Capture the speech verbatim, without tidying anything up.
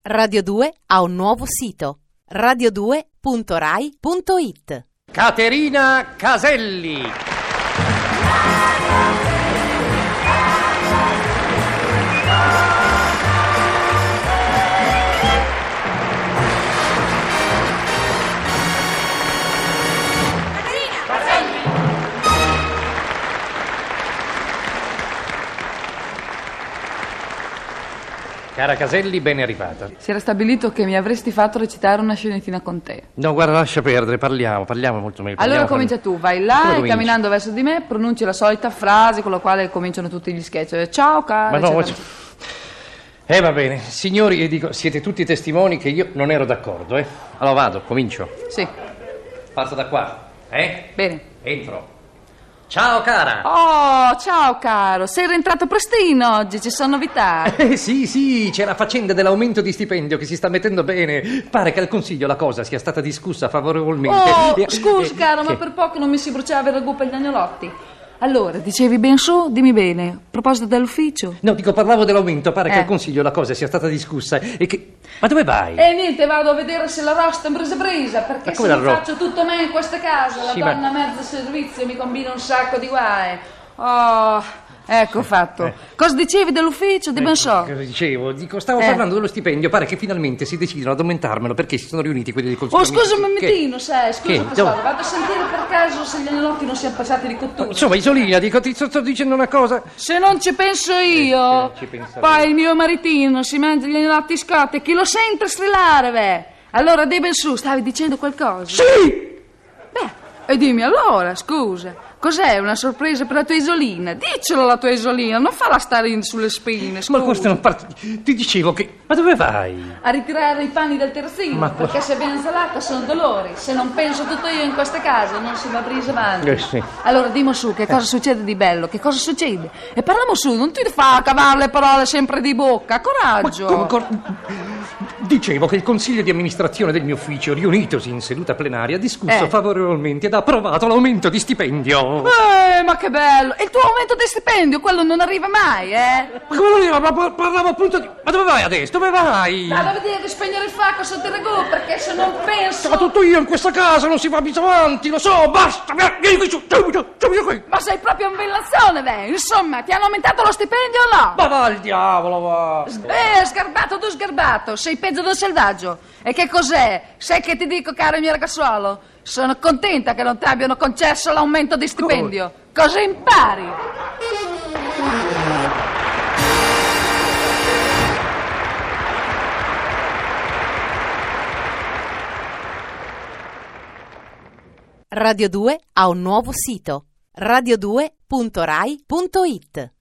Radio due ha un nuovo sito, radio due punto rai punto it. Caterina Caselli. Cara Caselli, ben arrivata. Si era stabilito che mi avresti fatto recitare una scenettina con te. No, guarda, lascia perdere, parliamo, parliamo molto meglio. Allora parliamo, comincia parliamo. tu, vai là Come e cominci? camminando verso di me pronunci la solita frase con la quale cominciano tutti gli sketch. Ciao cara. Ma no, eccetera. ma... Eh, va bene. Signori, e dico, siete tutti testimoni che io non ero d'accordo, eh? Allora vado, comincio. Sì, Parto da qua, eh? bene. Entro. Ciao, cara. Oh, ciao caro, sei rientrato prestino oggi, ci sono novità. Eh, sì, sì, c'è la faccenda dell'aumento di stipendio che si sta mettendo bene. Pare che al Consiglio la cosa sia stata discussa favorevolmente. Oh, E- scusa eh, caro, ma che- per poco non mi si bruciava il ragù per gli agnolotti. Allora, dicevi ben su, dimmi bene, a proposito dell'ufficio. No, dico, parlavo dell'aumento, pare che Eh. al Consiglio la cosa sia stata discussa e che... Ma dove vai? E niente, vado a vedere se la rosta è brisa brisa, perché Ma se come non la ro- faccio tutto me in questa casa, la Sì, ma- donna mezzo servizio mi combina un sacco di guai. Oh, ecco fatto. Cosa dicevi dell'ufficio di ben so? Cosa dicevo? Dico, stavo Eh. parlando dello stipendio, pare che finalmente si decidono ad aumentarmelo perché si sono riuniti quelli del Consiglio. Oh, scusa un Che- momentino, sai, scusa Che? tesoro, Dove? vado a sentire per caso se gli agnolotti non siano passati di cottura. Insomma, Isolina, dico, ti sto, sto dicendo una cosa. Se non ci penso io, Eh, ci pensa poi lei. il mio maritino si mangia gli agnolotti scotti, chi lo sente strillare, beh? Allora, dei ben su, stavi dicendo qualcosa? Sì! Beh, e dimmi allora, scusa, cos'è una sorpresa per la tua Isolina? Diccelo alla tua Isolina, non farla stare in- sulle spine, scusa. Ma questo non parte... Ti dicevo che... Ma dove vai? A ritirare i panni del terzino, Ma- perché se ben salata sono dolori. Se non penso tutto io in questa casa, non si va brisa avanti. Eh, sì. Allora, dimmi su, che cosa succede di bello? Che cosa succede? E parliamo su, non ti fa cavare le parole sempre di bocca, coraggio. Come cor- Dicevo che il consiglio di amministrazione del mio ufficio, riunitosi in seduta plenaria, ha discusso Eh. favorevolmente ed ha approvato l'aumento di stipendio. Eh, ma che bello! E il tuo aumento di stipendio, quello non arriva mai, eh? Ma come non io? Ma par- parlavo appunto di... Ma dove vai adesso? Dove vai? Vado a vedere di spegnere il facco sotto il ragù, perché se non penso... Ma tutto io in questa casa, non si va più avanti, lo so, basta, vieni qui su, subito, subito qui. Ma sei proprio un villazzone, beh! Insomma, ti hanno aumentato lo stipendio o no? Ma va al diavolo, va. Eh, sgarbato tu sgarbato, sei peggio del selvaggio. E che cos'è? Sai che ti dico, caro mio ragazzuolo? Sono contenta che non ti abbiano concesso l'aumento di stipendio. Cosa impari? Radio due ha un nuovo sito, radio due punto rai punto it.